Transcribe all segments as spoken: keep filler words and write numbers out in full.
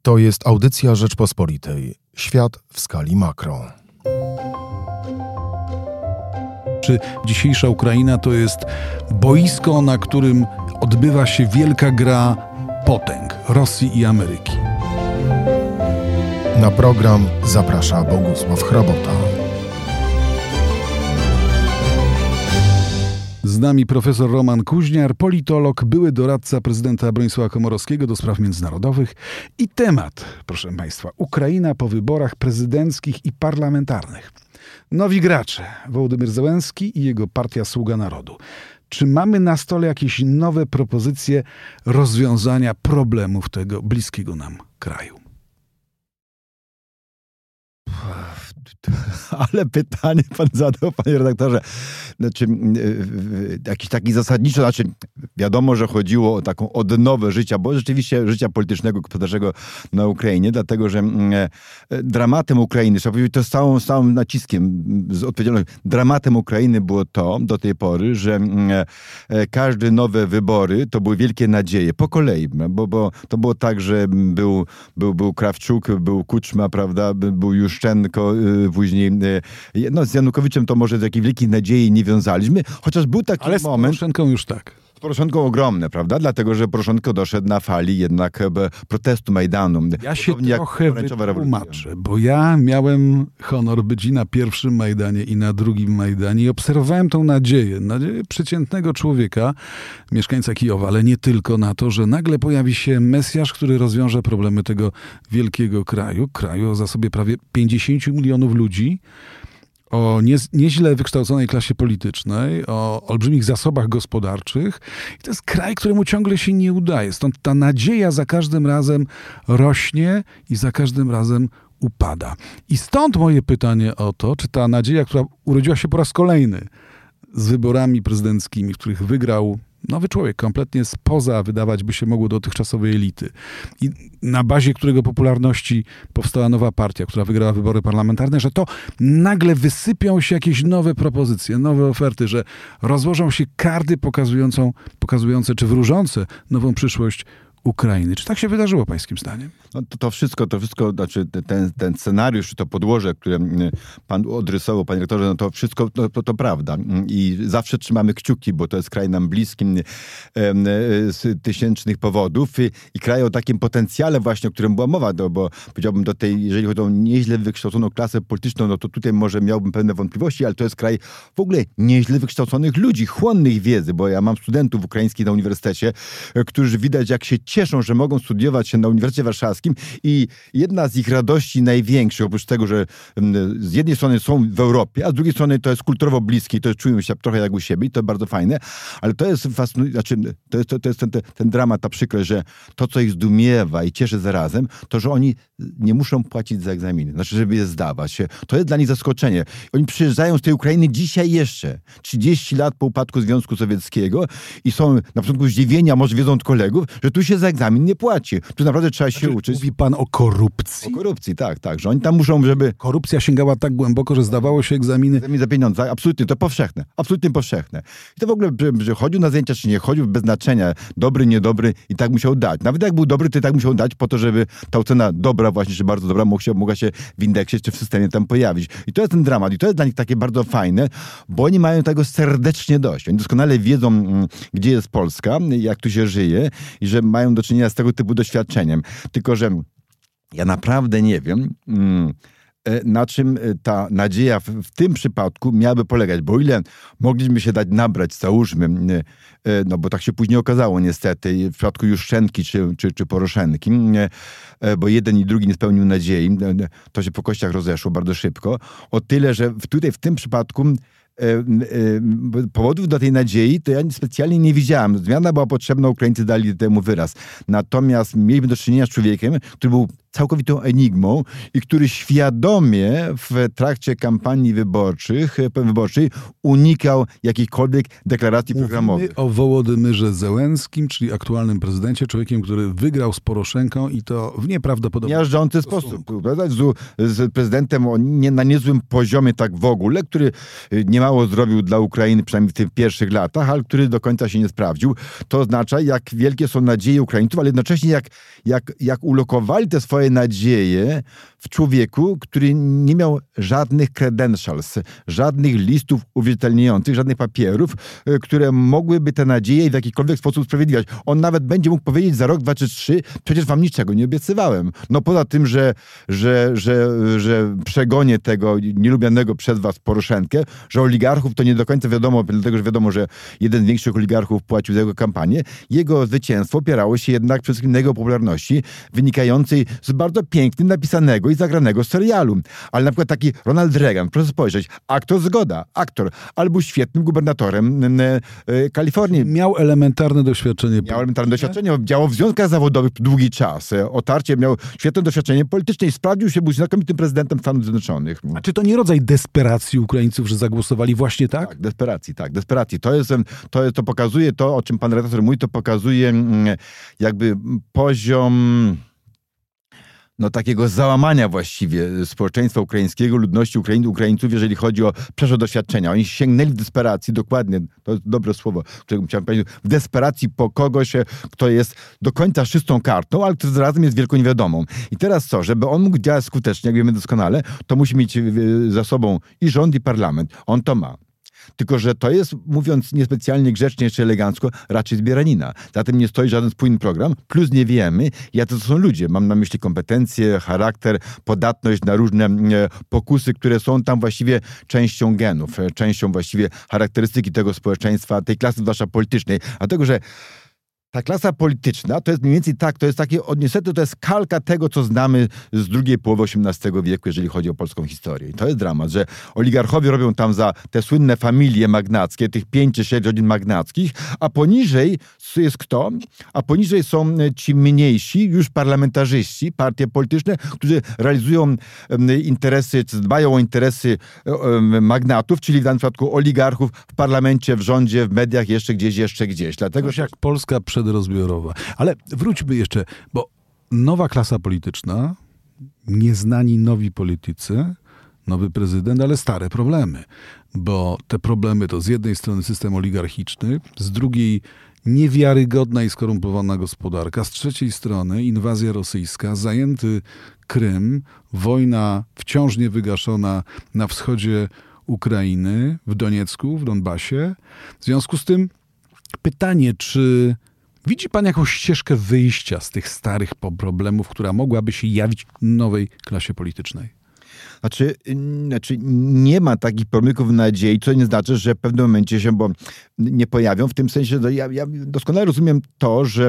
To jest audycja Rzeczpospolitej. Świat w skali makro. Czy dzisiejsza Ukraina to jest boisko, na którym odbywa się wielka gra potęg Rosji i Ameryki? Na program zaprasza Bogusław Hrabota. Z nami profesor Roman Kuźniar, politolog, były doradca prezydenta Bronisława Komorowskiego do spraw międzynarodowych. I temat, proszę Państwa, Ukraina po wyborach prezydenckich i parlamentarnych. Nowi gracze, Wołodymyr Zełenski i jego partia Sługa Narodu. Czy mamy na stole jakieś nowe propozycje rozwiązania problemów tego bliskiego nam kraju? Ale pytanie pan zadał, panie redaktorze. Znaczy, jakiś taki zasadniczo, znaczy wiadomo, że chodziło o taką odnowę życia, bo rzeczywiście życia politycznego, gospodarczego na Ukrainie, dlatego, że dramatem Ukrainy, trzeba powiedzieć to z całym, z całym naciskiem, z odpowiedzialnością, dramatem Ukrainy było to do tej pory, że każde nowe wybory to były wielkie nadzieje, po kolei, bo, bo to było tak, że był, był, był Krawczuk, był Kuczma, prawda, był Juszczenko, później, no z Janukowiczem to może z jakiejś wielkiej nadziei nie wiązaliśmy, chociaż był taki Ale z moment... Ale z Poroszenką już tak. Z Poroszenką ogromne, prawda? Dlatego, że Poroszenko doszedł na fali jednak protestu Majdanu. Ja się trochę wytłumaczę, bo ja miałem honor być i na pierwszym Majdanie, i na drugim Majdanie i obserwowałem tą nadzieję, nadzieję przeciętnego człowieka, mieszkańca Kijowa, ale nie tylko na to, że nagle pojawi się Mesjasz, który rozwiąże problemy tego wielkiego kraju, kraju o zasobie prawie pięćdziesięciu milionów ludzi, o nie, nieźle wykształconej klasie politycznej, o olbrzymich zasobach gospodarczych. I to jest kraj, któremu ciągle się nie udaje. Stąd ta nadzieja za każdym razem rośnie i za każdym razem upada. I stąd moje pytanie o to, czy ta nadzieja, która urodziła się po raz kolejny z wyborami prezydenckimi, w których wygrał nowy człowiek, kompletnie spoza, wydawać by się mogło, dotychczasowej elity. I na bazie którego popularności powstała nowa partia, która wygrała wybory parlamentarne, że to nagle wysypią się jakieś nowe propozycje, nowe oferty, że rozłożą się karty pokazującą, pokazujące czy wróżące nową przyszłość Ukrainy. Czy tak się wydarzyło pańskim zdaniem? No to, to wszystko, to wszystko, znaczy ten, ten scenariusz, to podłoże, które pan odrysował, panie rektorze, no to wszystko to, to, to prawda. I zawsze trzymamy kciuki, bo to jest kraj nam bliski e, z tysięcznych powodów i, i kraj o takim potencjale właśnie, o którym była mowa, no, bo powiedziałbym do tej, jeżeli chodzi o nieźle wykształconą klasę polityczną, no to tutaj może miałbym pewne wątpliwości, ale to jest kraj w ogóle nieźle wykształconych ludzi, chłonnych wiedzy, bo ja mam studentów ukraińskich na uniwersytecie, którzy widać jak się cieszą, że mogą studiować się na Uniwersytecie Warszawskim i jedna z ich radości największych, oprócz tego, że z jednej strony są w Europie, a z drugiej strony to jest kulturowo bliskie i to czują się trochę jak u siebie i to bardzo fajne, ale to jest fascynujące, znaczy, to jest, to, to jest ten, ten dramat, ta przykrość, że to, co ich zdumiewa i cieszy zarazem, to, że oni nie muszą płacić za egzaminy, znaczy, żeby je zdawać. To jest dla nich zaskoczenie. Oni przyjeżdżają z tej Ukrainy dzisiaj jeszcze, trzydzieści lat po upadku Związku Sowieckiego i są na początku zdziwieni, a może wiedzą od kolegów, że tu się za egzamin nie płaci. Tu naprawdę trzeba się znaczy, uczyć. Mówi pan o korupcji? O korupcji, tak, tak. Że oni tam muszą, żeby... Korupcja sięgała tak głęboko, że zdawało się egzaminy... Egzamin za pieniądze. Absolutnie, to powszechne. Absolutnie powszechne. I to w ogóle, że, że chodził na zajęcia, czy nie chodził, bez znaczenia. Dobry, niedobry i tak musiał dać. Nawet jak był dobry, to i tak musiał dać po to, żeby ta ocena dobra właśnie, czy bardzo dobra, mogła się, mogła się w indeksie, czy w systemie tam pojawić. I to jest ten dramat. I to jest dla nich takie bardzo fajne, bo oni mają tego serdecznie dość. Oni doskonale wiedzą, gdzie jest Polska, jak tu się żyje i że mają do czynienia z tego typu doświadczeniem. Tylko, że ja naprawdę nie wiem, na czym ta nadzieja w, w tym przypadku miałaby polegać. Bo o ile mogliśmy się dać nabrać, załóżmy, no bo tak się później okazało niestety, w przypadku Juszczenki czy, czy, czy Poroszenki, bo jeden i drugi nie spełnił nadziei, to się po kościach rozeszło bardzo szybko. O tyle, że tutaj w tym przypadku powodów do tej nadziei to ja specjalnie nie widziałem. Zmiana była potrzebna, Ukraińcy dali temu wyraz. Natomiast mieliśmy do czynienia z człowiekiem, który był całkowitą enigmą i który świadomie w trakcie kampanii wyborczych, wyborczej unikał jakichkolwiek deklaracji Mówimy programowych. o Wołodymyrze Zełenskim, czyli aktualnym prezydencie, człowiekiem, który wygrał z Poroszenką i to w nieprawdopodobny miażdżący sposób. Z, z prezydentem o nie, na niezłym poziomie tak w ogóle, który niemało zrobił dla Ukrainy, przynajmniej w tych pierwszych latach, ale który do końca się nie sprawdził. To oznacza, jak wielkie są nadzieje Ukraińców, ale jednocześnie jak, jak, jak ulokowali te swoje nadzieje w człowieku, który nie miał żadnych credentials, żadnych listów uwierzytelniających, żadnych papierów, które mogłyby te nadzieje w jakikolwiek sposób usprawiedliwiać. On nawet będzie mógł powiedzieć za rok, dwa czy trzy, przecież wam niczego nie obiecywałem. No poza tym, że, że, że, że przegonię tego nielubianego przez was Poroszenkę, że oligarchów to nie do końca wiadomo, dlatego że wiadomo, że jeden z większych oligarchów płacił za jego kampanię. Jego zwycięstwo opierało się jednak przede wszystkim na jego popularności wynikającej z bardzo pięknym napisanego i zagranego serialu. Ale na przykład taki Ronald Reagan, proszę spojrzeć, aktor zgoda, aktor, ale był świetnym gubernatorem e, e, Kalifornii. Miał elementarne doświadczenie. Miał elementarne doświadczenie, działał w związkach zawodowych długi czas. Otarcie miał świetne doświadczenie polityczne i sprawdził się, był znakomitym prezydentem Stanów Zjednoczonych. A czy to nie rodzaj desperacji Ukraińców, że zagłosowali właśnie tak? Tak, desperacji, tak, desperacji. To jest, to, to pokazuje to, o czym pan redaktor mówi, to pokazuje jakby poziom no takiego załamania właściwie społeczeństwa ukraińskiego, ludności Ukrainy, Ukraińców, jeżeli chodzi o przeszłe doświadczenia. Oni sięgnęli w desperacji, dokładnie, to jest dobre słowo, którego chciałem powiedzieć, w desperacji po kogoś, kto jest do końca czystą kartą, ale kto zarazem jest wielką niewiadomą. I teraz co, żeby on mógł działać skutecznie, jak wiemy doskonale, to musi mieć za sobą i rząd, i parlament. On to ma. Tylko że to jest, mówiąc niespecjalnie grzecznie czy elegancko, raczej zbieranina. Za tym nie stoi żaden spójny program, plus nie wiemy, jacy to są ludzie. Mam na myśli kompetencje, charakter, podatność na różne e, pokusy, które są tam właściwie częścią genów, e, częścią właściwie charakterystyki tego społeczeństwa, tej klasy zwłaszcza politycznej. Dlatego, że ta klasa polityczna to jest mniej więcej tak, to jest takie, niestety to jest kalka tego, co znamy z drugiej połowy osiemnastego wieku, jeżeli chodzi o polską historię. I to jest dramat, że oligarchowie robią tam za te słynne familie magnackie, tych pięć czy sześć rodzin magnackich, a poniżej jest kto? A poniżej są ci mniejsi, już parlamentarzyści, partie polityczne, którzy realizują interesy, czy dbają o interesy magnatów, czyli w danym przypadku oligarchów w parlamencie, w rządzie, w mediach, jeszcze gdzieś, jeszcze gdzieś. Dlatego, Coś jak Polska przed rozbiorowa. Ale wróćmy jeszcze, bo nowa klasa polityczna, nieznani nowi politycy, nowy prezydent, ale stare problemy. Bo te problemy to z jednej strony system oligarchiczny, z drugiej niewiarygodna i skorumpowana gospodarka, z trzeciej strony inwazja rosyjska, zajęty Krym, wojna wciąż niewygaszona na wschodzie Ukrainy, w Doniecku, w Donbasie. W związku z tym pytanie, czy widzi pan jakąś ścieżkę wyjścia z tych starych problemów, która mogłaby się jawić nowej klasie politycznej? Znaczy, znaczy nie ma takich promyków nadziei, co nie znaczy, że w pewnym momencie się bo nie pojawią. W tym sensie, że ja, ja doskonale rozumiem to, że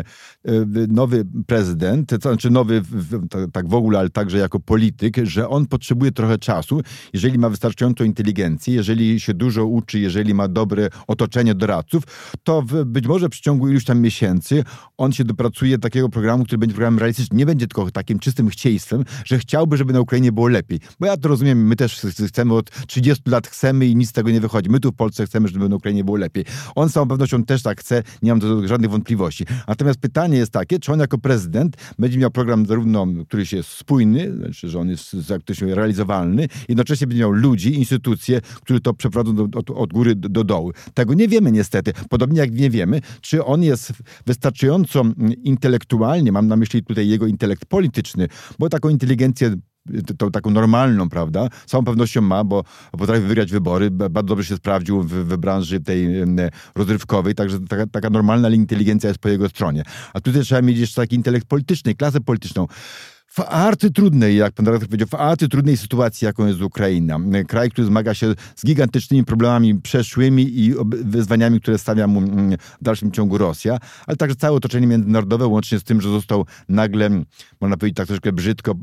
nowy prezydent, to znaczy nowy tak w ogóle, ale także jako polityk, że on potrzebuje trochę czasu, jeżeli ma wystarczającą inteligencję, jeżeli się dużo uczy, jeżeli ma dobre otoczenie doradców, to w, być może w przeciągu iluś tam miesięcy on się dopracuje takiego programu, który będzie programem realistycznym. Nie będzie tylko takim czystym chcieństwem, że chciałby, żeby na Ukrainie było lepiej. Bo ja to rozumiem, my też chcemy od trzydziestu lat chcemy i nic z tego nie wychodzi. My tu w Polsce chcemy, żeby na Ukrainie było lepiej. On z całą pewnością też tak chce, nie mam do tego żadnych wątpliwości. Natomiast pytanie jest takie, czy on jako prezydent będzie miał program zarówno, który jest spójny, znaczy, że on jest praktycznie realizowalny, jednocześnie będzie miał ludzi, instytucje, które to przeprowadzą do, od, od góry do, do dołu. Tego nie wiemy niestety. Podobnie jak nie wiemy, czy on jest wystarczająco intelektualnie, mam na myśli tutaj jego intelekt polityczny, bo taką inteligencję tą taką normalną, prawda, z całą pewnością ma, bo potrafi wygrać wybory, bardzo dobrze się sprawdził w, w branży tej rozrywkowej, także taka, taka normalna inteligencja jest po jego stronie. A tutaj trzeba mieć jeszcze taki intelekt polityczny, klasę polityczną. W arcytrudnej, jak pan redaktor powiedział, w arcytrudnej sytuacji, jaką jest Ukraina. Kraj, który zmaga się z gigantycznymi problemami przeszłymi i wyzwaniami, które stawia mu w dalszym ciągu Rosja, ale także całe otoczenie międzynarodowe, łącznie z tym, że został nagle, można powiedzieć tak troszkę brzydko,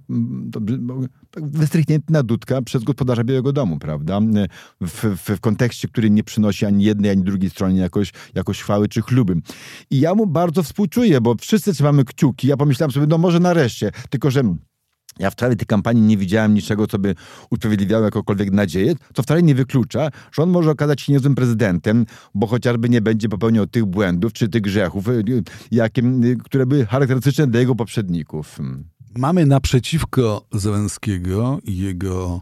wystrychnięty na dudka przez gospodarza Białego Domu, prawda? W, w, w kontekście, który nie przynosi ani jednej, ani drugiej stronie jakoś, jakoś chwały czy chluby. I ja mu bardzo współczuję, bo wszyscy trzymamy kciuki. Ja pomyślałem sobie, no może nareszcie, Tylko że ja w trakcie tej kampanii nie widziałem niczego, co by usprawiedliwiało jakąkolwiek nadzieję, co wcale nie wyklucza, że on może okazać się niezłym prezydentem, bo chociażby nie będzie popełniał tych błędów czy tych grzechów, jakie, które były charakterystyczne dla jego poprzedników. Mamy naprzeciwko Zełenskiego i jego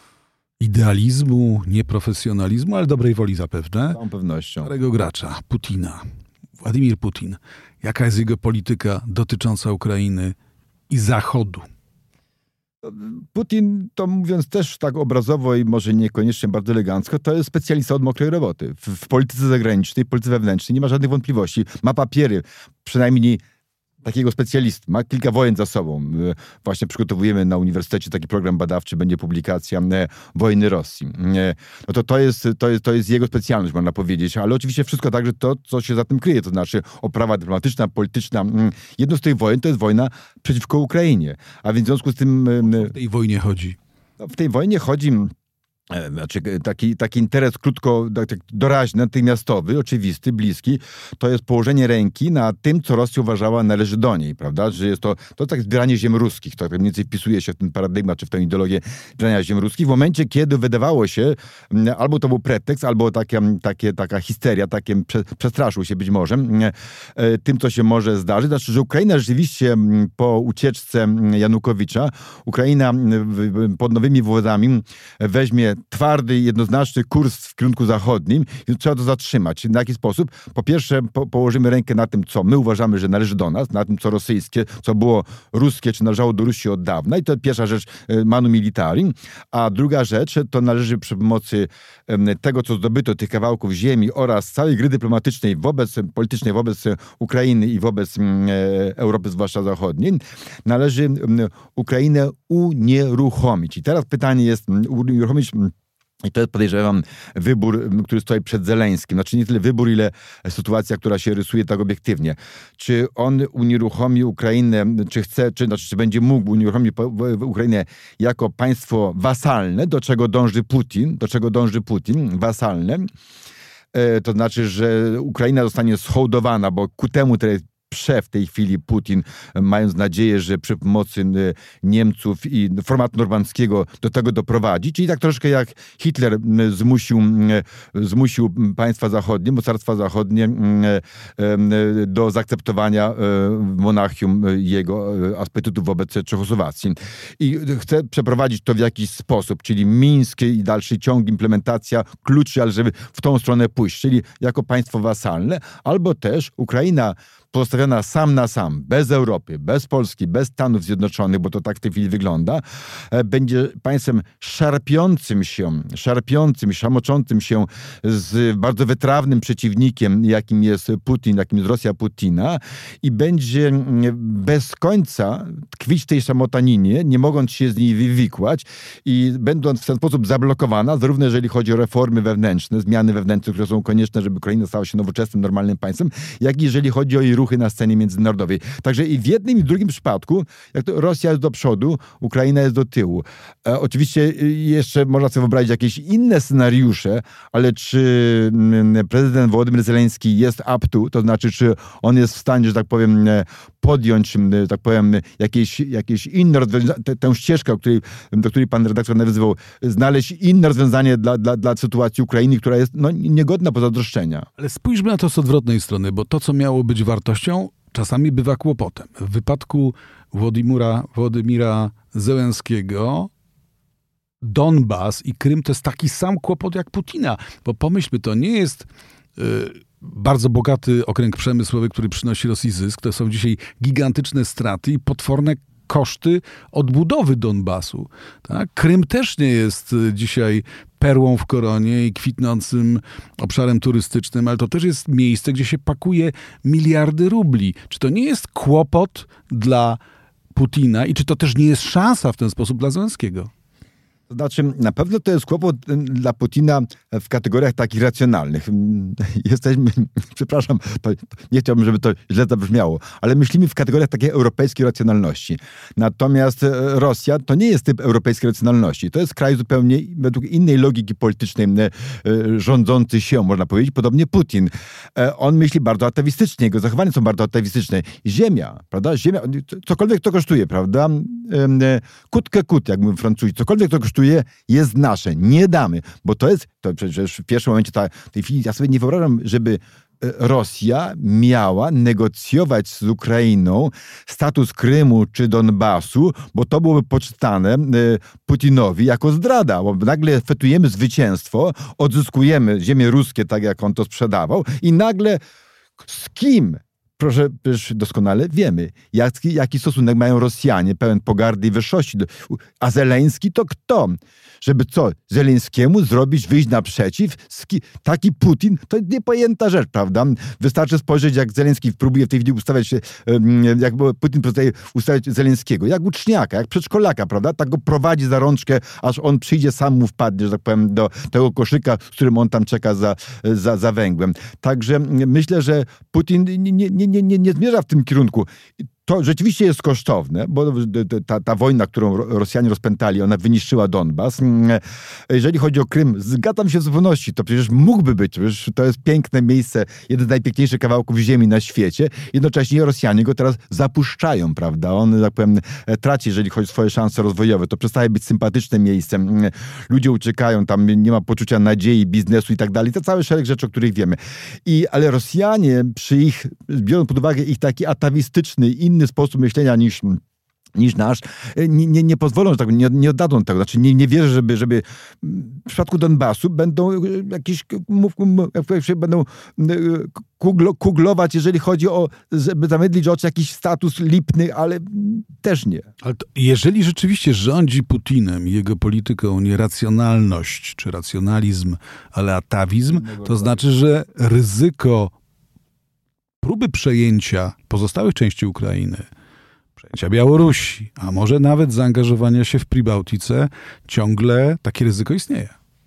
idealizmu, nieprofesjonalizmu, ale dobrej woli zapewne. Z całą pewnością. Starego gracza, Putina. Władimir Putin. Jaka jest jego polityka dotycząca Ukrainy i Zachodu? Putin, to mówiąc też tak obrazowo i może niekoniecznie bardzo elegancko, to jest specjalista od mokrej roboty. W, w polityce zagranicznej, w polityce wewnętrznej nie ma żadnych wątpliwości. Ma papiery, przynajmniej takiego specjalisty. Ma kilka wojen za sobą. Właśnie przygotowujemy na uniwersytecie taki program badawczy, będzie publikacja Wojny Rosji. No to to jest, to jest, to jest jego specjalność, można powiedzieć. Ale oczywiście wszystko także to, co się za tym kryje. To znaczy oprawa dyplomatyczna, polityczna. Jedną z tych wojen to jest wojna przeciwko Ukrainie. A więc w związku z tym... W tej wojnie chodzi? No, w tej wojnie chodzi... Znaczy, taki, taki interes krótko, tak doraźny, natychmiastowy, oczywisty, bliski, to jest położenie ręki na tym, co Rosja uważała należy do niej, prawda? Że jest to, to tak zbieranie ziem ruskich, to tak mniej więcej wpisuje się w ten paradygmat, czy w tę ideologię zbierania ziem ruskich, w momencie, kiedy wydawało się, albo to był pretekst, albo takie, takie, taka histeria, takie prze, przestraszył się być może tym, co się może zdarzyć. Znaczy, że Ukraina rzeczywiście po ucieczce Janukowicza, Ukraina pod nowymi władzami weźmie twardy, jednoznaczny kurs w kierunku zachodnim i trzeba to zatrzymać. Na jaki sposób? Po pierwsze, po, położymy rękę na tym, co my uważamy, że należy do nas, na tym, co rosyjskie, co było ruskie, czy należało do Rusi od dawna. I to pierwsza rzecz, manu militari. A druga rzecz, to należy przy pomocy tego, co zdobyto, tych kawałków ziemi oraz całej gry dyplomatycznej wobec, politycznej wobec Ukrainy i wobec Europy, zwłaszcza zachodniej, należy Ukrainę unieruchomić. I teraz pytanie jest, unieruchomić. I to jest, podejrzewam, wybór, który stoi przed Zeleńskim. Znaczy nie tyle wybór, ile sytuacja, która się rysuje tak obiektywnie. Czy on unieruchomi Ukrainę, czy chce, czy, znaczy, czy będzie mógł unieruchomić Ukrainę jako państwo wasalne, do czego dąży Putin, do czego dąży Putin, wasalne. To znaczy, że Ukraina zostanie schołdowana, bo ku temu te prze w tej chwili Putin, mając nadzieję, że przy pomocy Niemców i formatu normandzkiego do tego doprowadzi. Czyli tak troszkę jak Hitler zmusił, zmusił państwa zachodnie, mocarstwa zachodnie do zaakceptowania Monachium jego apetytów wobec Czechosłowacji. I chce przeprowadzić to w jakiś sposób, czyli Mińsk i dalszy ciąg, implementacja kluczy, ale żeby w tą stronę pójść, czyli jako państwo wasalne, albo też Ukraina pozostawiona sam na sam, bez Europy, bez Polski, bez Stanów Zjednoczonych, bo to tak w tej chwili wygląda, będzie państwem szarpiącym się, szarpiącym, szamoczącym się z bardzo wytrawnym przeciwnikiem, jakim jest Putin, jakim jest Rosja Putina i będzie bez końca tkwić w tej szamotaninie, nie mogąc się z niej wywikłać i będąc w ten sposób zablokowana, zarówno jeżeli chodzi o reformy wewnętrzne, zmiany wewnętrzne, które są konieczne, żeby Ukraina stała się nowoczesnym, normalnym państwem, jak i jeżeli chodzi o jej ruchy na scenie międzynarodowej. Także i w jednym i w drugim przypadku, jak to Rosja jest do przodu, Ukraina jest do tyłu. E, oczywiście jeszcze można sobie wyobrazić jakieś inne scenariusze, ale czy prezydent Wołodymyr Zeleński jest up to, to znaczy, czy on jest w stanie, że tak powiem, podjąć, że tak powiem, jakieś, jakieś inne rozwiązanie, tę, tę ścieżkę, o której, do której pan redaktor nawiązywał, znaleźć inne rozwiązanie dla, dla, dla sytuacji Ukrainy, która jest no, niegodna pozazdroszczenia. Ale spójrzmy na to z odwrotnej strony, bo to, co miało być wartością, czasami bywa kłopotem. W wypadku Władimira, Władimira Zełenskiego Donbas i Krym to jest taki sam kłopot jak Putina. Bo pomyślmy, to nie jest y, bardzo bogaty okręg przemysłowy, który przynosi Rosji zysk. To są dzisiaj gigantyczne straty i potworne koszty odbudowy Donbasu. Tak? Krym też nie jest dzisiaj perłą w koronie i kwitnącym obszarem turystycznym, ale to też jest miejsce, gdzie się pakuje miliardy rubli. Czy to nie jest kłopot dla Putina i czy to też nie jest szansa w ten sposób dla Zełenskiego? To znaczy, na pewno to jest kłopot dla Putina w kategoriach takich racjonalnych. Jesteśmy, przepraszam, to, nie chciałbym, żeby to źle zabrzmiało, ale myślimy w kategoriach takiej europejskiej racjonalności. Natomiast Rosja to nie jest typ europejskiej racjonalności. To jest kraj zupełnie według innej logiki politycznej rządzący się, można powiedzieć, podobnie Putin. On myśli bardzo atawistycznie, jego zachowania są bardzo atawistyczne. Ziemia, prawda? Ziemia, cokolwiek to kosztuje, prawda? Kutkę kut, jak mówią Francuzi. Cokolwiek to kosztuje, jest nasze. Nie damy, bo to jest, to przecież w pierwszym momencie ta, tej chwili, ja sobie nie wyobrażam, żeby Rosja miała negocjować z Ukrainą status Krymu czy Donbasu, bo to byłoby poczytane Putinowi jako zdrada, bo nagle fetujemy zwycięstwo, odzyskujemy ziemie ruskie, tak jak on to sprzedawał i nagle z kim? Proszę, przecież doskonale wiemy, jaki, jaki stosunek mają Rosjanie, pełen pogardy i wyższości. A Zeleński to kto? Żeby co? Zeleńskiemu zrobić, wyjść naprzeciw? Taki Putin to niepojęta rzecz, prawda? Wystarczy spojrzeć, jak Zeleński próbuje w tej chwili ustawiać się, jak Putin próbuje ustawiać Zeleńskiego, jak uczniaka, jak przedszkolaka, prawda? Tak go prowadzi za rączkę, aż on przyjdzie, sam mu wpadnie, że tak powiem, do tego koszyka, z którym on tam czeka za, za, za węglem. Także myślę, że Putin nie, nie, nie, nie, nie zmierza w tym kierunku. To rzeczywiście jest kosztowne, bo ta, ta wojna, którą Rosjanie rozpętali, ona wyniszczyła Donbas. Jeżeli chodzi o Krym, zgadzam się w zupełności, to przecież mógłby być, przecież to jest piękne miejsce, jeden z najpiękniejszych kawałków ziemi na świecie. Jednocześnie Rosjanie go teraz zapuszczają, prawda? On, tak powiem, traci, jeżeli chodzi o swoje szanse rozwojowe. To przestaje być sympatycznym miejscem. Ludzie uciekają, tam nie ma poczucia nadziei, biznesu i tak dalej. To cały szereg rzeczy, o których wiemy. I, ale Rosjanie przy ich, biorąc pod uwagę ich taki atawistyczny, inny sposób myślenia niż niż nasz, nie, nie, nie pozwolą, tak, nie, nie oddadzą tego. Znaczy nie, nie wierzę, żeby, żeby w przypadku Donbasu będą jakieś będą kuglo, kuglować, jeżeli chodzi o, żeby zamydlić oczy, jakiś status lipny, ale też nie. Ale to, jeżeli rzeczywiście rządzi Putinem i jego polityką nie racjonalność czy racjonalizm, ale atawizm, to znaczy, że ryzyko próby przejęcia pozostałych części Ukrainy, przejęcia Białorusi, a może nawet zaangażowania się w Pribałtice, ciągle takie ryzyko istnieje.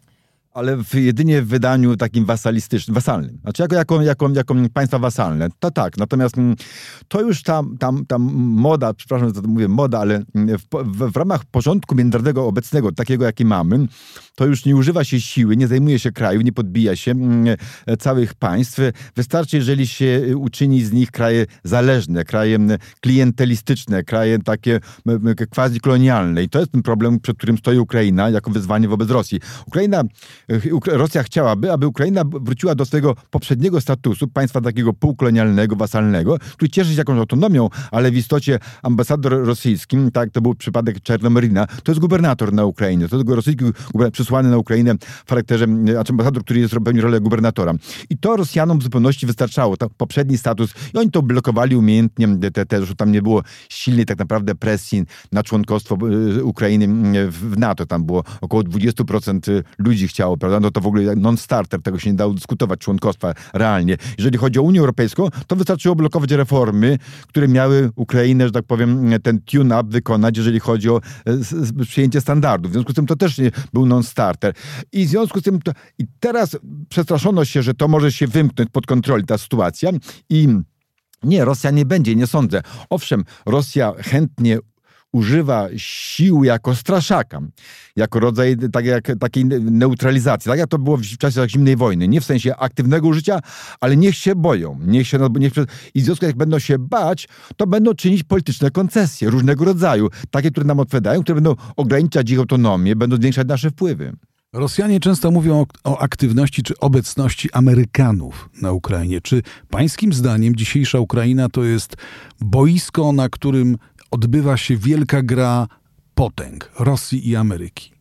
Ale w, jedynie w wydaniu takim wasalistycznym, wasalnym. Znaczy jako, jako, jako, jako państwa wasalne. To tak. Natomiast to już tam, tam, tam moda, przepraszam, że to mówię moda, ale w, w, w ramach porządku międzynarodowego obecnego, takiego jaki mamy, to już nie używa się siły, nie zajmuje się krajów, nie podbija się e, całych państw. Wystarczy, jeżeli się uczyni z nich kraje zależne, kraje klientelistyczne, kraje takie quasi-kolonialne. I to jest ten problem, przed którym stoi Ukraina jako wyzwanie wobec Rosji. Ukraina Rosja chciałaby, aby Ukraina wróciła do swojego poprzedniego statusu, państwa takiego półkolonialnego, wasalnego, który cieszy się jakąś autonomią, ale w istocie ambasador rosyjski, tak to był przypadek Czernomyrina, to jest gubernator na Ukrainie, to jest rosyjski przysłany na Ukrainę w charakterze, znaczy ambasador, który jest pełni rolę gubernatora. I to Rosjanom w zupełności wystarczało, to poprzedni status, i oni to blokowali umiejętnie, te, te, że tam nie było silnej tak naprawdę presji na członkostwo Ukrainy w NATO, tam było około dwadzieścia procent ludzi chciało, prawda? No to w ogóle non-starter, tego się nie dało dyskutować, członkostwa realnie. Jeżeli chodzi o Unię Europejską, to wystarczyło blokować reformy, które miały Ukrainę, że tak powiem, ten tune-up wykonać, jeżeli chodzi o przyjęcie standardów. W związku z tym to też nie był non-starter. I w związku z tym to, i teraz przestraszono się, że to może się wymknąć pod kontrolę ta sytuacja i nie, Rosja nie będzie, nie sądzę. Owszem, Rosja chętnie używa sił jako straszaka, jako rodzaj tak jak, takiej neutralizacji, tak jak to było w czasie zimnej wojny. Nie w sensie aktywnego użycia, ale niech się boją. Niech się, niech, I w związku z tym, jak będą się bać, to będą czynić polityczne koncesje różnego rodzaju, takie, które nam odpowiadają, które będą ograniczać ich autonomię, będą zwiększać nasze wpływy. Rosjanie często mówią o, o aktywności czy obecności Amerykanów na Ukrainie. Czy pańskim zdaniem dzisiejsza Ukraina to jest boisko, na którym odbywa się wielka gra potęg Rosji i Ameryki?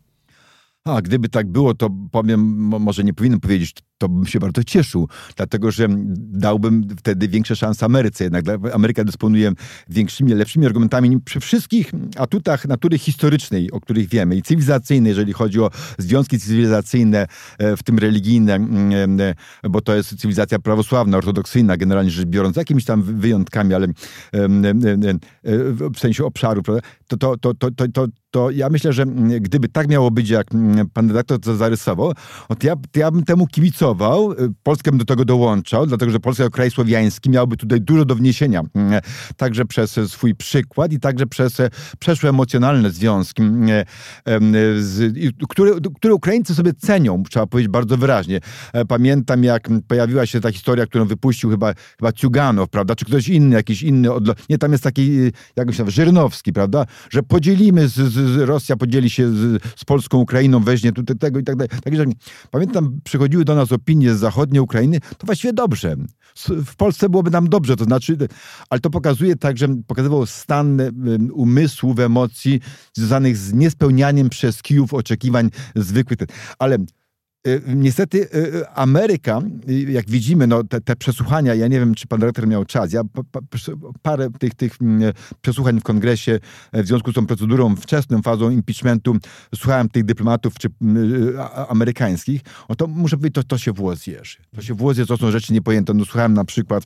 A gdyby tak było, to powiem, może nie powinienem powiedzieć, to bym się bardzo cieszył, dlatego że dałbym wtedy większe szanse Ameryce. Jednak Ameryka dysponuje większymi, lepszymi argumentami przy wszystkich atutach natury historycznej, o których wiemy, i cywilizacyjnej, jeżeli chodzi o związki cywilizacyjne, w tym religijne, bo to jest cywilizacja prawosławna, ortodoksyjna, generalnie rzecz biorąc, jakimiś tam wyjątkami, ale w sensie obszaru, to, to, to, to, to, to to ja myślę, że gdyby tak miało być, jak pan redaktor to zarysował, to ja, to ja bym temu kibicował, Polskę bym do tego dołączał, dlatego że Polska jako kraj słowiański miałby tutaj dużo do wniesienia, także przez swój przykład i także przez przeszłe emocjonalne związki, które, które Ukraińcy sobie cenią, trzeba powiedzieć bardzo wyraźnie. Pamiętam, jak pojawiła się ta historia, którą wypuścił chyba, chyba Ciuganow, prawda, czy ktoś inny, jakiś inny, odlo- nie, tam jest taki, jak się nazywa, Żyrnowski, prawda, że podzielimy, z, z, Rosja podzieli się z, z Polską, Ukrainą, weźmie tutaj tego i tak dalej. Także pamiętam, przychodziły do nas opinie z zachodniej Ukrainy, to właściwie dobrze. W Polsce byłoby nam dobrze, to znaczy, ale to pokazuje także, pokazywał stan umysłów, emocji związanych z niespełnianiem przez Kijów oczekiwań zwykłych. Ale niestety Ameryka, jak widzimy, no, te, te przesłuchania, ja nie wiem, czy pan dyrektor miał czas, ja pa, pa, parę tych, tych przesłuchań w kongresie w związku z tą procedurą, wczesną fazą impeachmentu, słuchałem tych dyplomatów czy, a, amerykańskich, no to muszę powiedzieć, to, to się włos jeży. To się włos jeży, to są rzeczy niepojęte. No, słuchałem na przykład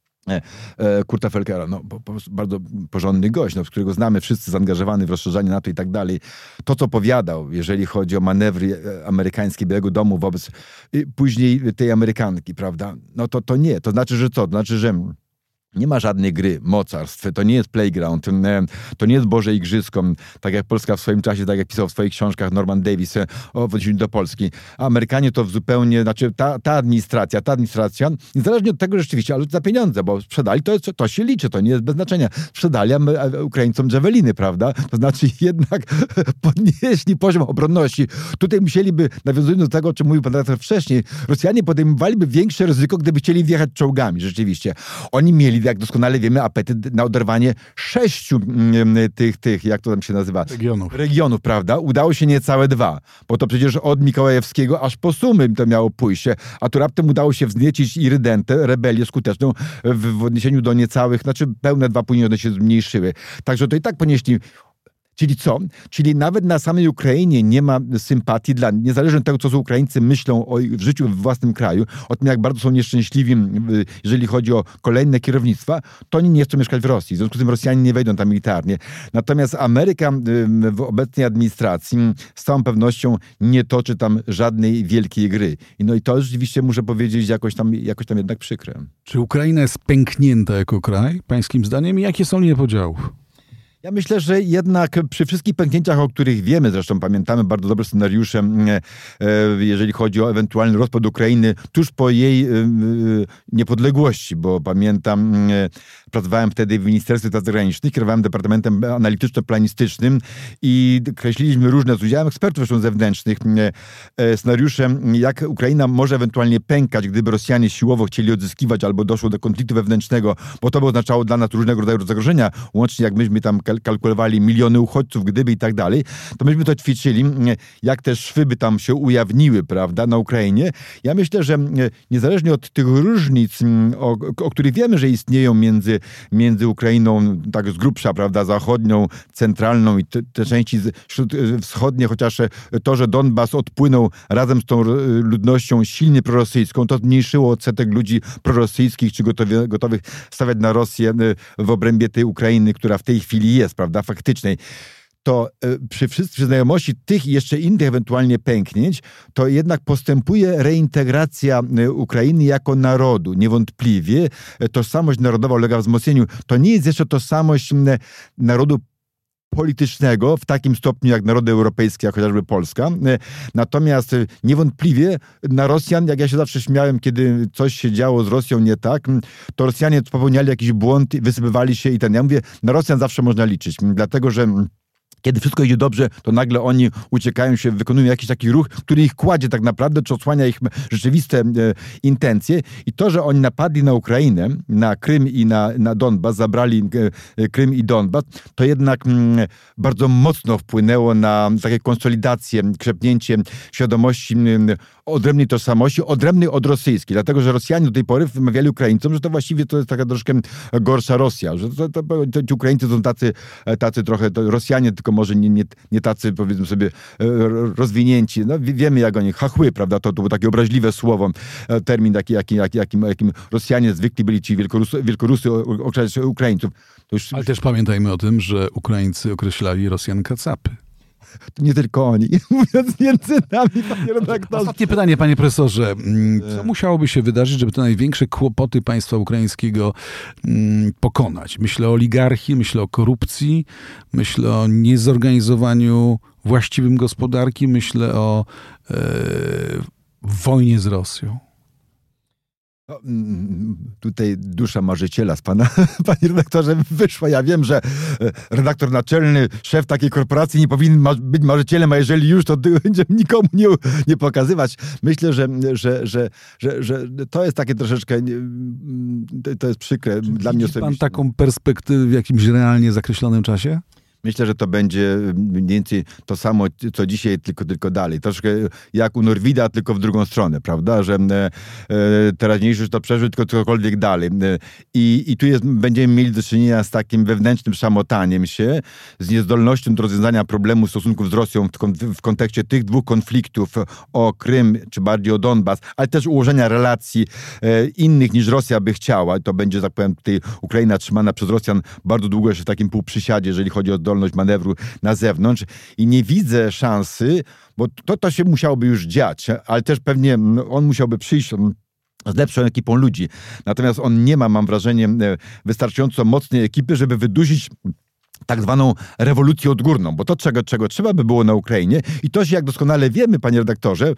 Kurta Felkera, no, po, po, bardzo porządny gość, no, z którego znamy wszyscy, zaangażowany w rozszerzanie NATO i tak dalej. To, co powiadał, jeżeli chodzi o manewry amerykańskie Białego Domu wobec później tej Amerykanki, prawda? No to, to nie. To znaczy, że co? To znaczy, że nie ma żadnej gry, mocarstw, to nie jest playground, to nie jest Boże Igrzysko, tak jak Polska w swoim czasie, tak jak pisał w swoich książkach Norman Davis o wróceniu do Polski. A Amerykanie to w zupełnie, znaczy ta, ta administracja, ta administracja, niezależnie od tego rzeczywiście, ale za pieniądze, bo sprzedali, to, to się liczy, to nie jest bez znaczenia. Sprzedali Ukraińcom Javeliny, prawda? To znaczy jednak podnieśli poziom obronności. Tutaj musieliby, nawiązując do tego, o czym mówił pan redaktor wcześniej, Rosjanie podejmowaliby większe ryzyko, gdyby chcieli wjechać czołgami, rzeczywiście. Oni mieli, jak doskonale wiemy, apetyt na oderwanie sześciu tych, tych, jak to tam się nazywa? Regionów. Regionów, prawda? Udało się niecałe dwa, bo to przecież od Mikołajewskiego aż po Sumy to miało pójść. A tu raptem udało się wzniecić irydentę, rebelię skuteczną w, w odniesieniu do niecałych, znaczy pełne dwa, później one się zmniejszyły. Także to i tak ponieśli. Czyli co? Czyli nawet na samej Ukrainie nie ma sympatii dla, niezależnie od tego, co Ukraińcy myślą o ich życiu w własnym kraju, o tym, jak bardzo są nieszczęśliwi, jeżeli chodzi o kolejne kierownictwa, to oni nie chcą mieszkać w Rosji. W związku z tym Rosjanie nie wejdą tam militarnie. Natomiast Ameryka w obecnej administracji z całą pewnością nie toczy tam żadnej wielkiej gry. No i to rzeczywiście, muszę powiedzieć, jakoś tam, jakoś tam jednak przykre. Czy Ukraina jest pęknięta jako kraj, pańskim zdaniem? I jakie są linie podziałów? Ja myślę, że jednak przy wszystkich pęknięciach, o których wiemy, zresztą pamiętamy bardzo dobre scenariusze, jeżeli chodzi o ewentualny rozpad Ukrainy tuż po jej niepodległości, bo pamiętam, pracowałem wtedy w Ministerstwie Spraw Zagranicznych, kierowałem Departamentem Analityczno-Planistycznym i kreśliliśmy różne, z udziałem ekspertów zresztą zewnętrznych, scenariusze, jak Ukraina może ewentualnie pękać, gdyby Rosjanie siłowo chcieli odzyskiwać albo doszło do konfliktu wewnętrznego, bo to by oznaczało dla nas różnego rodzaju zagrożenia, łącznie jak myśmy tam kalkulowali miliony uchodźców, gdyby i tak dalej, to myśmy to ćwiczyli, jak te szwy by tam się ujawniły, prawda, na Ukrainie. Ja myślę, że niezależnie od tych różnic, o, o których wiemy, że istnieją między, między Ukrainą, tak z grubsza, prawda, zachodnią, centralną i te, te części wschodnie, chociaż to, że Donbas odpłynął razem z tą ludnością silnie prorosyjską, to zmniejszyło odsetek ludzi prorosyjskich, czy gotowi, gotowych stawiać na Rosję w obrębie tej Ukrainy, która w tej chwili jest, prawda, faktycznej, to przy, przy znajomości tych i jeszcze innych ewentualnie pęknięć, to jednak postępuje reintegracja Ukrainy jako narodu. Niewątpliwie tożsamość narodowa ulega wzmocnieniu. To nie jest jeszcze tożsamość narodu politycznego w takim stopniu jak narody europejskie, jak chociażby Polska. Natomiast niewątpliwie na Rosjan, jak ja się zawsze śmiałem, kiedy coś się działo z Rosją nie tak, to Rosjanie popełniali jakiś błąd, wysypywali się i ten. Ja mówię, na Rosjan zawsze można liczyć, dlatego że kiedy wszystko idzie dobrze, to nagle oni uciekają się, wykonują jakiś taki ruch, który ich kładzie tak naprawdę, czy odsłania ich rzeczywiste e, intencje. I to, że oni napadli na Ukrainę, na Krym i na, na Donbas, zabrali e, Krym i Donbas, to jednak m, bardzo mocno wpłynęło na takie konsolidację, krzepnięcie świadomości m, odrębnej tożsamości, odrębnej od rosyjskiej. Dlatego, że Rosjanie do tej pory wymawiali Ukraińcom, że to właściwie to jest taka troszkę gorsza Rosja, że to, to, to, ci Ukraińcy są tacy, tacy trochę, to Rosjanie, tylko może nie, nie, nie tacy, powiedzmy sobie, rozwinięci. No, wiemy, jak oni, chachły, prawda, to, to było takie obraźliwe słowo, termin taki, jaki, jaki, jakim, jakim Rosjanie zwykli byli ci wielkorusy, wielkorusy określać Ukraińców. To już... Ale też pamiętajmy o tym, że Ukraińcy określali Rosjan kacapy. Nie tylko oni. Mówiąc między nami, panie redaktorze. Ostatnie pytanie, panie profesorze. Co musiałoby się wydarzyć, żeby te największe kłopoty państwa ukraińskiego pokonać? Myślę o oligarchii, myślę o korupcji, myślę o niezorganizowaniu właściwym gospodarki, myślę o e, wojnie z Rosją. No, tutaj dusza marzyciela z pana, panie redaktorze, wyszła. Ja wiem, że redaktor naczelny, szef takiej korporacji nie powinien ma- być marzycielem, a jeżeli już, to będzie nikomu nie, nie pokazywać. Myślę, że, że, że, że, że to jest takie troszeczkę, to jest przykre Czy dla mnie osobiście. Widzi pan taką perspektywę w jakimś realnie zakreślonym czasie? Myślę, że to będzie mniej więcej to samo, co dzisiaj, tylko, tylko dalej. Troszkę jak u Norwida, tylko w drugą stronę, prawda? Że e, teraźniejszość to przeżyć, tylko cokolwiek dalej. E, I i tu jest, będziemy mieli do czynienia z takim wewnętrznym szamotaniem się, z niezdolnością do rozwiązania problemu stosunków z Rosją w, kon, w kontekście tych dwóch konfliktów o Krym, czy bardziej o Donbas, ale też ułożenia relacji e, innych niż Rosja by chciała. To będzie, tak powiem, tutaj Ukraina trzymana przez Rosjan bardzo długo jeszcze w takim półprzysiadzie, jeżeli chodzi o zdolność manewru na zewnątrz i nie widzę szansy, bo to, to się musiałoby już dziać, ale też pewnie on musiałby przyjść z lepszą ekipą ludzi. Natomiast on nie ma, mam wrażenie, wystarczająco mocnej ekipy, żeby wydusić tak zwaną rewolucję odgórną, bo to, czego, czego trzeba by było na Ukrainie i to się, jak doskonale wiemy, panie redaktorze,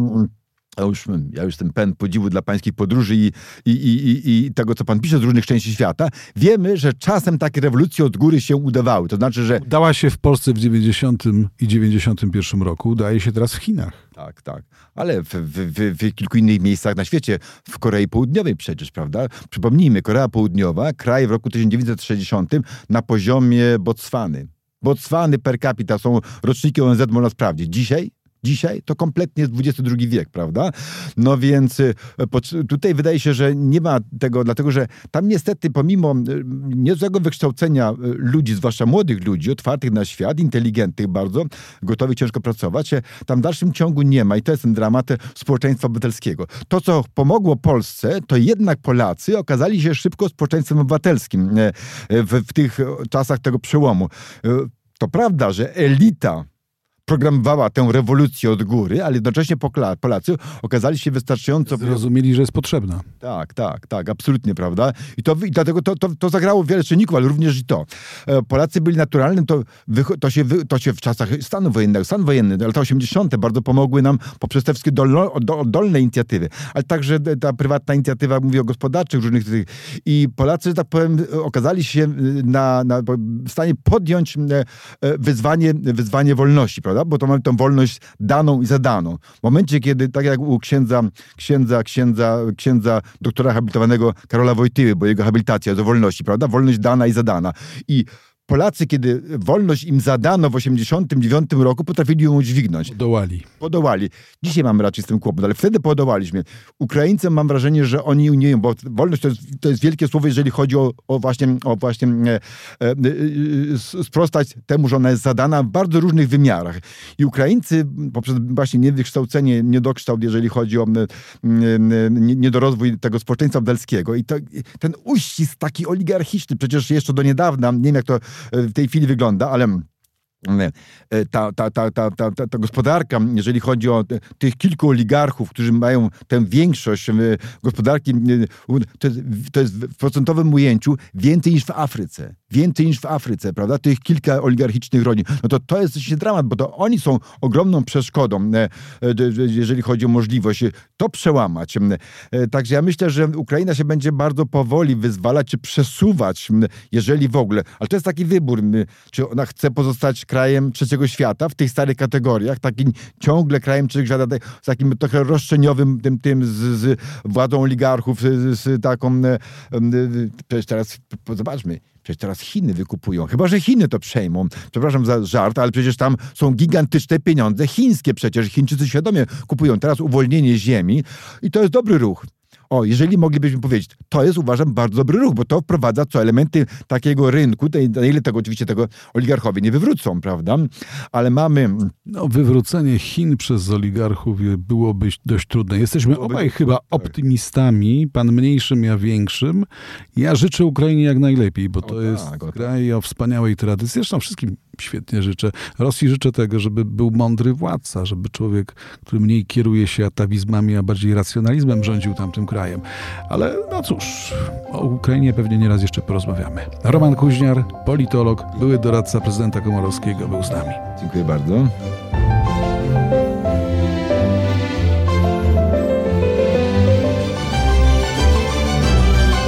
Ja już, ja już ten pełen podziwu dla pańskich podróży i, i, i, i tego, co pan pisze z różnych części świata. Wiemy, że czasem takie rewolucje od góry się udawały. To znaczy, że... Udała się w Polsce w dziewięćdziesiątym i dziewięćdziesiątym pierwszym roku. Udaje się teraz w Chinach. Tak, tak. Ale w, w, w, w kilku innych miejscach na świecie. W Korei Południowej przecież, prawda? Przypomnijmy, Korea Południowa, kraj w roku tysiąc dziewięćset sześćdziesiątym na poziomie Botswany. Botswany per capita są roczniki O N Z, można sprawdzić. Dzisiaj? Dzisiaj to kompletnie jest dwudziesty drugi wiek, prawda? No więc tutaj wydaje się, że nie ma tego, dlatego że tam niestety pomimo niezłego wykształcenia ludzi, zwłaszcza młodych ludzi, otwartych na świat, inteligentnych bardzo, gotowych ciężko pracować, tam w dalszym ciągu nie ma i to jest ten dramat społeczeństwa obywatelskiego. To, co pomogło Polsce, to jednak Polacy okazali się szybko społeczeństwem obywatelskim w, w tych czasach tego przełomu. To prawda, że elita programowała tę rewolucję od góry, ale jednocześnie Polacy okazali się wystarczająco... Zrozumieli, że jest potrzebna. Tak, tak, tak, absolutnie, prawda? I, to, i dlatego to, to, to zagrało wiele czynników, ale również i to. Polacy byli naturalnym, to, to, się, to się w czasach stanu wojennego, stan wojenny, lata osiemdziesiąte bardzo pomogły nam poprzez te wszystkie dolno, dolne inicjatywy, ale także ta prywatna inicjatywa, mówię o gospodarczych różnych tych. I Polacy, że tak powiem, okazali się na, na, w stanie podjąć wyzwanie, wyzwanie wolności, prawda? Bo to mamy tą wolność daną i zadaną. W momencie, kiedy, tak jak u księdza, księdza, księdza, księdza doktora habilitowanego Karola Wojtyły, bo jego habilitacja do wolności, prawda? Wolność dana i zadana. I Polacy, kiedy wolność im zadano w osiemdziesiątym dziewiątym roku, potrafili ją udźwignąć. Podołali. Podołali. Dzisiaj mamy raczej z tym kłopot, ale wtedy podołaliśmy. Ukraińcy mam wrażenie, że oni nie wiem, bo wolność to jest, to jest wielkie słowo, jeżeli chodzi o, o właśnie, o właśnie e, e, e, sprostać temu, że ona jest zadana w bardzo różnych wymiarach. I Ukraińcy poprzez właśnie niewykształcenie, niedokształt, jeżeli chodzi o e, e, niedorozwój tego społeczeństwa obywatelskiego. I to, ten uścisk taki oligarchiczny, przecież jeszcze do niedawna, nie wiem jak to w tej chwili wygląda, ale ta, ta, ta, ta, ta, ta, ta gospodarka, jeżeli chodzi o tych kilku oligarchów, którzy mają tę większość gospodarki, to jest, to jest w procentowym ujęciu więcej niż w Afryce. Więcej niż w Afryce, prawda? Tych kilka oligarchicznych rodzin. No to to jest oczywiście dramat, bo to oni są ogromną przeszkodą, jeżeli chodzi o możliwość to przełamać. Także ja myślę, że Ukraina się będzie bardzo powoli wyzwalać, czy przesuwać, jeżeli w ogóle. Ale to jest taki wybór, czy ona chce pozostać krajem trzeciego świata w tych starych kategoriach, takim ciągle krajem trzeciego świata, z takim trochę roszczeniowym tym, tym z, z władzą oligarchów, z, z taką... Przecież teraz, zobaczmy, przecież teraz Chiny wykupują. Chyba że Chiny to przejmą. Przepraszam za żart, ale przecież tam są gigantyczne pieniądze chińskie przecież. Chińczycy świadomie kupują teraz uwolnienie ziemi i to jest dobry ruch. O, jeżeli moglibyśmy powiedzieć, to jest, uważam, bardzo dobry ruch, bo to wprowadza co elementy takiego rynku, na ile tego oczywiście tego oligarchowie nie wywrócą, prawda? Ale mamy... No, wywrócenie Chin przez oligarchów byłoby dość trudne. Jesteśmy byłoby obaj chyba tak. optymistami, pan mniejszym, ja większym. Ja życzę Ukrainie jak najlepiej, bo to o, jest tak, kraj o wspaniałej tradycji. Zresztą wszystkim świetnie życzę. Rosji życzę tego, żeby był mądry władca, żeby człowiek, który mniej kieruje się atawizmami, a bardziej racjonalizmem rządził tamtym krajem. Ale no cóż, o Ukrainie pewnie nieraz jeszcze porozmawiamy. Roman Kuźniar, politolog, były doradca prezydenta Komorowskiego, był z nami. Dziękuję bardzo.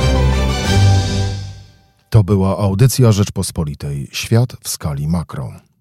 To była audycja Rzeczpospolitej. Świat w skali makro.